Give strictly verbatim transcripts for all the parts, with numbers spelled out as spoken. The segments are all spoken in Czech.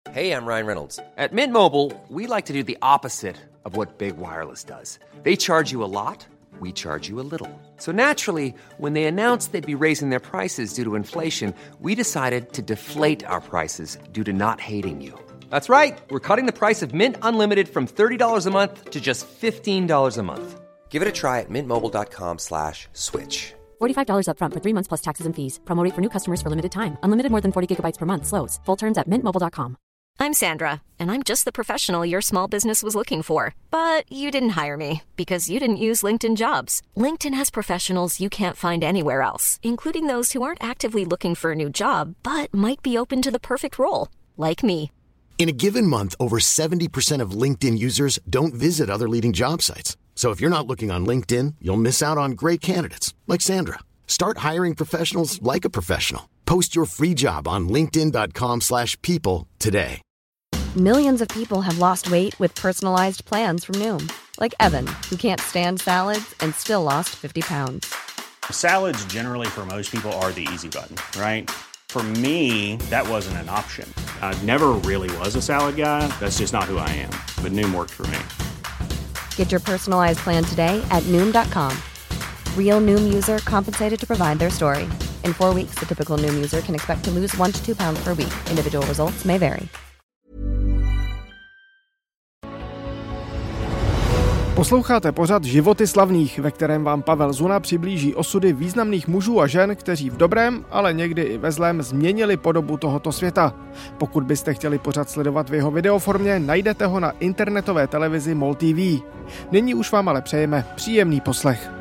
Hey, I'm Ryan Reynolds. At Mint Mobile, we like to do the opposite of what Big Wireless does. They charge you a lot, we charge you a little. So naturally, when they announced they'd be raising their prices due to inflation, we decided to deflate our prices due to not hating you. That's right. We're cutting the price of Mint Unlimited from thirty dollars a month to just fifteen dollars a month. Give it a try at mintmobile.com slash switch. forty-five dollars up front for three months plus taxes and fees. Promo rate for new customers for limited time. Unlimited more than forty gigabytes per month slows. Full terms at mint mobile dot com. I'm Sandra, and I'm just the professional your small business was looking for. But you didn't hire me because you didn't use LinkedIn Jobs. LinkedIn has professionals you can't find anywhere else, including those who aren't actively looking for a new job, but might be open to the perfect role, like me. In a given month, over seventy percent of LinkedIn users don't visit other leading job sites. So if you're not looking on LinkedIn, you'll miss out on great candidates like Sandra. Start hiring professionals like a professional. Post your free job on linkedin.com slash people today. Millions of people have lost weight with personalized plans from Noom. Like Evan, who can't stand salads and still lost fifty pounds. Salads generally for most people are the easy button, right? For me, that wasn't an option. I never really was a salad guy. That's just not who I am. But Noom worked for me. Get your personalized plan today at Noom dot com. Real Noom user compensated to provide their story. In four weeks, the typical Noom user can expect to lose one to two pounds per week. Individual results may vary. Posloucháte pořad Životy slavných, ve kterém vám Pavel Zuna přiblíží osudy významných mužů a žen, kteří v dobrém, ale někdy i ve zlém změnili podobu tohoto světa. Pokud byste chtěli pořad sledovat v jeho videoformě, najdete ho na internetové televizi MOL T V. Nyní už vám ale přejeme příjemný poslech.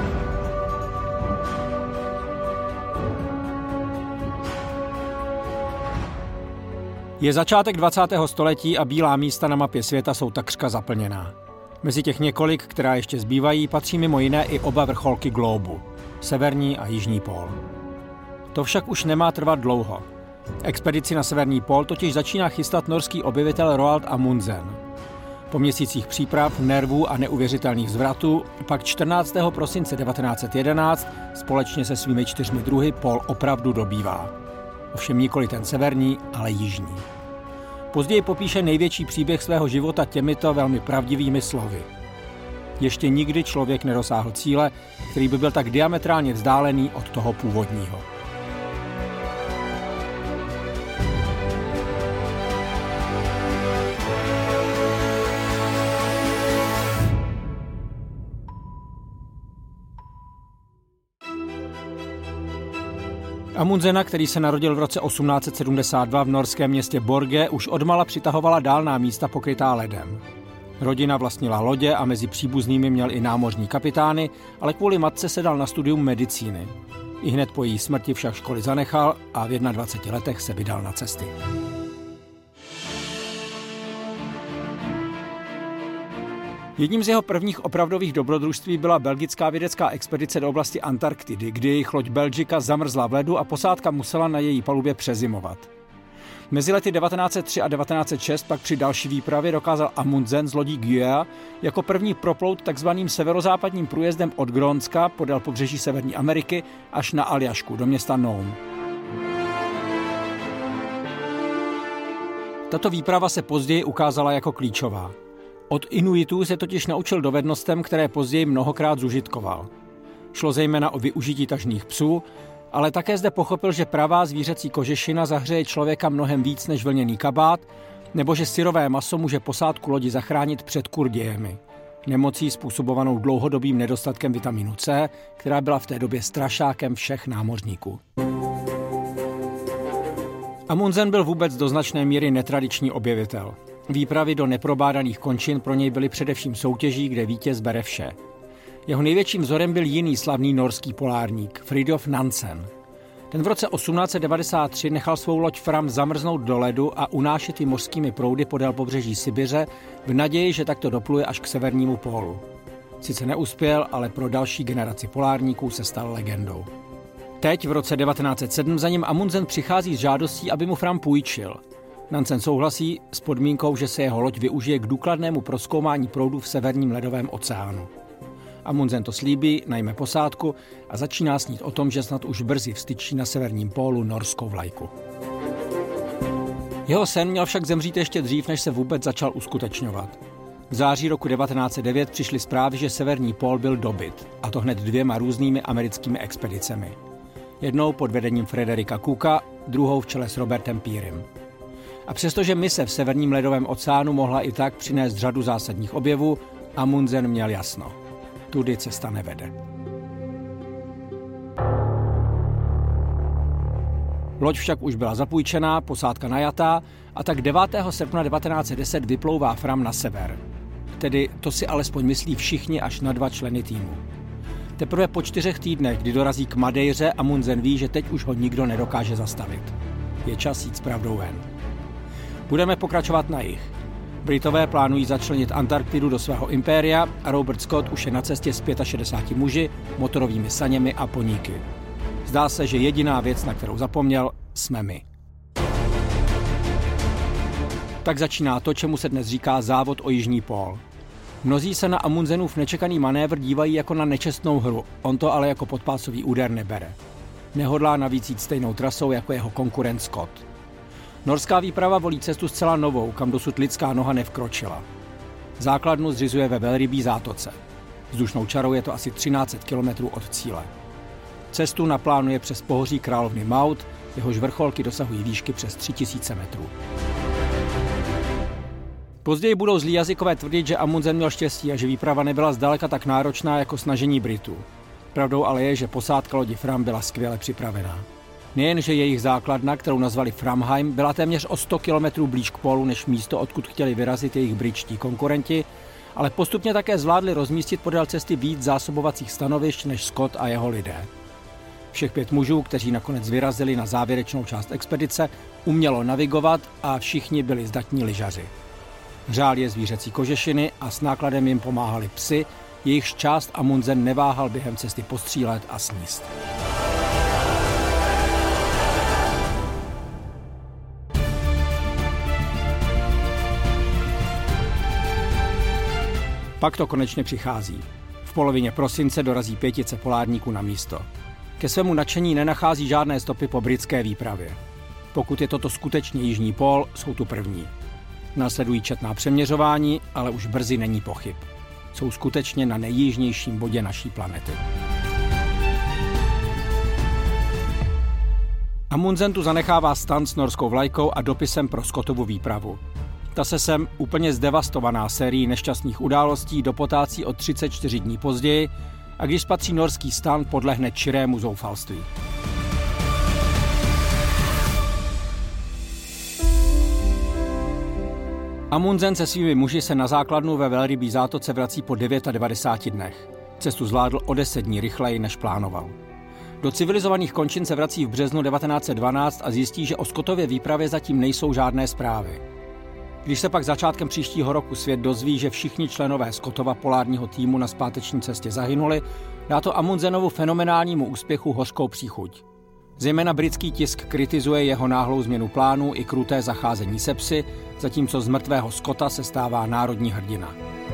Je začátek dvacátého století a bílá místa na mapě světa jsou takřka zaplněná. Mezi těch několik, která ještě zbývají, patří mimo jiné i oba vrcholky glóbu, severní a jižní pól. To však už nemá trvat dlouho. Expedici na severní pól totiž začíná chystat norský objevitel Roald Amundsen. Po měsících příprav, nervů a neuvěřitelných zvratů pak čtrnáctého prosince devatenáct set jedenáct společně se svými čtyřmi druhy pól opravdu dobývá. Ovšem nikoli ten severní, ale jižní. Později popíše největší příběh svého života těmito velmi pravdivými slovy. Ještě nikdy člověk nedosáhl cíle, který by byl tak diametrálně vzdálený od toho původního. Amundsena, který se narodil v roce osmnáct set sedmdesát dva v norském městě Borge, už odmala přitahovala dálná místa pokrytá ledem. Rodina vlastnila lodě a mezi příbuznými měl i námořní kapitány, ale kvůli matce se dal na studium medicíny. Ihned po její smrti však školy zanechal a v dvaceti jedné letech se vydal na cesty. Jedním z jeho prvních opravdových dobrodružství byla belgická vědecká expedice do oblasti Antarktidy, kdy jejich loď Belgica zamrzla v ledu a posádka musela na její palubě přezimovat. Mezi lety devatenáct set tři a devatenáct set šest pak při další výpravě dokázal Amundsen z lodí Guia jako první proplout takzvaným severozápadním průjezdem od Grónska podél pobřeží Severní Ameriky až na Aljašku do města Nome. Tato výprava se později ukázala jako klíčová. Od Inuitů se totiž naučil dovednostem, které později mnohokrát zužitkoval. Šlo zejména o využití tažných psů, ale také zde pochopil, že pravá zvířecí kožešina zahřeje člověka mnohem víc než vlněný kabát, nebo že syrové maso může posádku lodi zachránit před kurdějemi, nemocí způsobovanou dlouhodobým nedostatkem vitamínu C, která byla v té době strašákem všech námořníků. Amundsen byl vůbec do značné míry netradiční objevitel. Výpravy do neprobádaných končin pro něj byly především soutěží, kde vítěz bere vše. Jeho největším vzorem byl jiný slavný norský polárník, Fridtjof Nansen. Ten v roce osmnáct set devadesát tři nechal svou loď Fram zamrznout do ledu a unášet ji mořskými proudy podél pobřeží Sibiře v naději, že takto dopluje až k severnímu pólu. Sice neuspěl, ale pro další generaci polárníků se stal legendou. Teď v roce devatenáct set sedm za ním Amundsen přichází s žádostí, aby mu Fram půjčil. Nansen souhlasí s podmínkou, že se jeho loď využije k důkladnému prozkoumání proudů v severním ledovém oceánu. Amundsen to slíbí, najme posádku a začíná snít o tom, že snad už brzy vstyčí na severním pólu norskou vlajku. Jeho sen měl však zemřít ještě dřív, než se vůbec začal uskutečňovat. V září roku devatenáct set devět přišly zprávy, že severní pól byl dobyt, a to hned dvěma různými americkými expedicemi. Jednou pod vedením Frederika Cooka, druhou v čele s Robertem Pearym. A přestože mise v severním ledovém oceánu mohla i tak přinést řadu zásadních objevů, Amundsen měl jasno. Tudy cesta nevede. Loď však už byla zapůjčená, posádka najatá a tak devátého srpna devatenáct set deset vyplouvá Fram na sever. Tedy to si alespoň myslí všichni až na dva členy týmu. Teprve po čtyřech týdnech, kdy dorazí k Madejře, Amundsen ví, že teď už ho nikdo nedokáže zastavit. Je čas jít s pravdou ven. Budeme pokračovat na jih. Britové plánují začlenit Antarktidu do svého impéria a Robert Scott už je na cestě s šedesáti pěti muži, motorovými saněmi a poníky. Zdá se, že jediná věc, na kterou zapomněl, jsme my. Tak začíná to, čemu se dnes říká závod o jižní pól. Mnozí se na Amundsenův nečekaný manévr dívají jako na nečestnou hru, on to ale jako podpásový úder nebere. Nehodlá navíc jít stejnou trasou jako jeho konkurent Scott. Norská výprava volí cestu zcela novou, kam dosud lidská noha nevkročila. Základnu zřizuje ve Velrybí zátoce. Vzdušnou čarou je to asi třináct set kilometrů od cíle. Cestu naplánuje přes pohoří královny Maud, jehož vrcholky dosahují výšky přes tři tisíce metrů. Později budou zlí jazykové tvrdit, že Amundsen měl štěstí a že výprava nebyla zdaleka tak náročná jako snažení Britů. Pravdou ale je, že posádka lodi Fram byla skvěle připravená. Nejen, že jejich základna, kterou nazvali Framheim, byla téměř o sto kilometrů blíž k pólu než místo, odkud chtěli vyrazit jejich britští konkurenti, ale postupně také zvládli rozmístit podél cesty víc zásobovacích stanovišť než Scott a jeho lidé. Všech pět mužů, kteří nakonec vyrazili na závěrečnou část expedice, umělo navigovat a všichni byli zdatní lyžaři. Hřál je zvířecí kožešiny a s nákladem jim pomáhali psy, jejichž část Amundsen neváhal během cesty postřílet a sníst. Pak to konečně přichází. V polovině prosince dorazí pětice polárníků na místo. Ke svému nadšení nenachází žádné stopy po britské výpravě. Pokud je toto skutečně jižní pól, jsou tu první. Následují četná přeměřování, ale už brzy není pochyb. Jsou skutečně na nejjižnějším bodě naší planety. Amundsen tu zanechává stan s norskou vlajkou a dopisem pro Scottovu výpravu. Ta se sem úplně zdevastovaná sérií nešťastných událostí dopotácí o třicet čtyři dní později a když spatří norský stan, podlehne čirému zoufalství. Amundsen se svými muži se na základnu ve Velrybí zátoce vrací po devadesát devět dnech. Cestu zvládl o deset dní rychleji, než plánoval. Do civilizovaných končin se vrací v březnu devatenáct set dvanáct a zjistí, že o Scottově výpravě zatím nejsou žádné zprávy. Když se pak začátkem příštího roku svět dozví, že všichni členové Scottova polárního týmu na zpáteční cestě zahynuli, dá to Amundsenovu fenomenálnímu úspěchu hořkou příchuť. Zejména britský tisk kritizuje jeho náhlou změnu plánů i kruté zacházení se psy, zatímco z mrtvého Scotta se stává národní hrdina.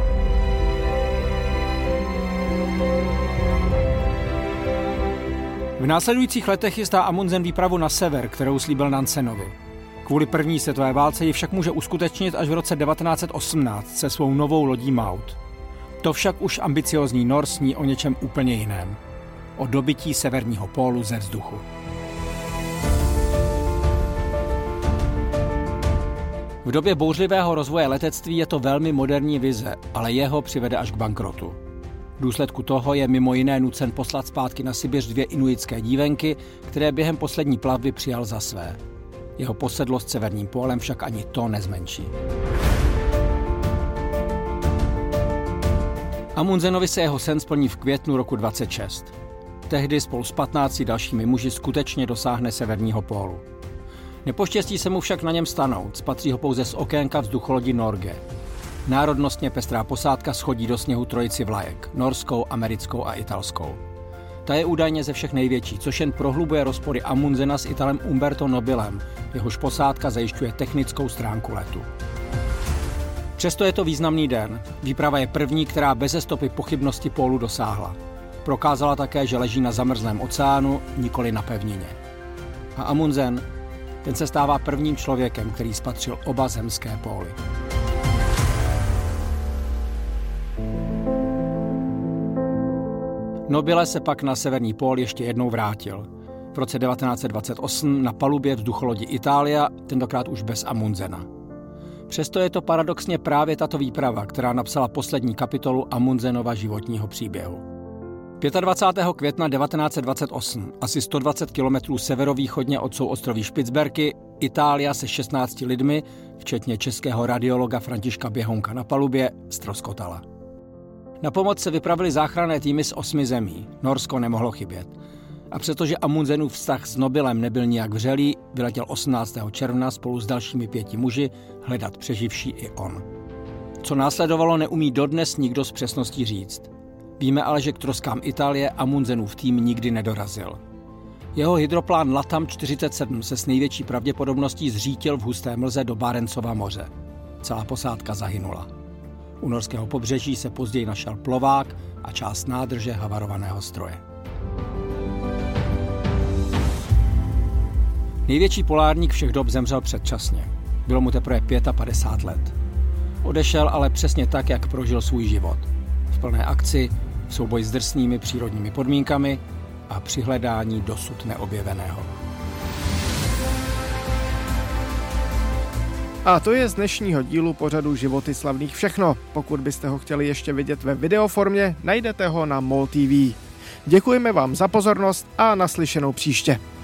V následujících letech chystá Amundsen výpravu na sever, kterou slíbil Nansenovi. Kvůli první světové válce ji však může uskutečnit až v roce devatenáct set osmnáct se svou novou lodí Maud. To však už ambiciózní Nor sní o něčem úplně jiném. O dobytí severního pólu ze vzduchu. V době bouřlivého rozvoje letectví je to velmi moderní vize, ale jeho přivede až k bankrotu. V důsledku toho je mimo jiné nucen poslat zpátky na Sibiř dvě inuitské dívenky, které během poslední plavby přijal za své. Jeho posedlost severním pólem však ani to nezmenší. Amundsenovi se jeho sen splní v květnu roku dvacet šest. Tehdy spolu s patnácti dalšími muži skutečně dosáhne severního pólu. Nepoštěstí se mu však na něm stanout, spatří ho pouze z okénka vzducholodi Norge. Národnostně pestrá posádka schodí do sněhu trojici vlajek, norskou, americkou a italskou. Ta je údajně ze všech největší, což jen prohlubuje rozpory Amundsena s Italem Umberto Nobilem, jehož posádka zajišťuje technickou stránku letu. Přesto je to významný den. Výprava je první, která beze stopy pochybnosti pólu dosáhla. Prokázala také, že leží na zamrzlém oceánu, nikoli na pevnině. A Amundsen? Ten se stává prvním člověkem, který spatřil oba zemské póly. Nobile se pak na severní pól ještě jednou vrátil. V roce devatenáct set dvacet osm na palubě vzducholodi Italia, tentokrát už bez Amundsena. Přesto je to paradoxně právě tato výprava, která napsala poslední kapitolu Amundsenova životního příběhu. dvacátého pátého května devatenáct set dvacet osm, asi sto dvacet kilometrů severovýchodně od souostroví Špicberky, Itália se šestnácti lidmi, včetně českého radiologa Františka Běhounka na palubě, ztroskotala. Na pomoc se vypravili záchranné týmy z osmi zemí. Norsko nemohlo chybět. A přestože Amundsenův vztah s Nobilem nebyl nijak vřelý, vyletěl osmnáctého června spolu s dalšími pěti muži hledat přeživší i on. Co následovalo, neumí dodnes nikdo s přesností říct. Víme ale, že k troskám Itálie Amundsenův tým nikdy nedorazil. Jeho hydroplán Latam čtyřicet sedm se s největší pravděpodobností zřítil v husté mlze do Barencova moře. Celá posádka zahynula. U norského pobřeží se později našel plovák a část nádrže havarovaného stroje. Největší polárník všech dob zemřel předčasně. Bylo mu teprve padesát pět let. Odešel ale přesně tak, jak prožil svůj život. V plné akci, v souboji s drsnými přírodními podmínkami a při hledání dosud neobjeveného. A to je z dnešního dílu pořadu Životy slavných všechno. Pokud byste ho chtěli ještě vidět ve videoformě, najdete ho na MOL T V. Děkujeme vám za pozornost a naslyšenou příště.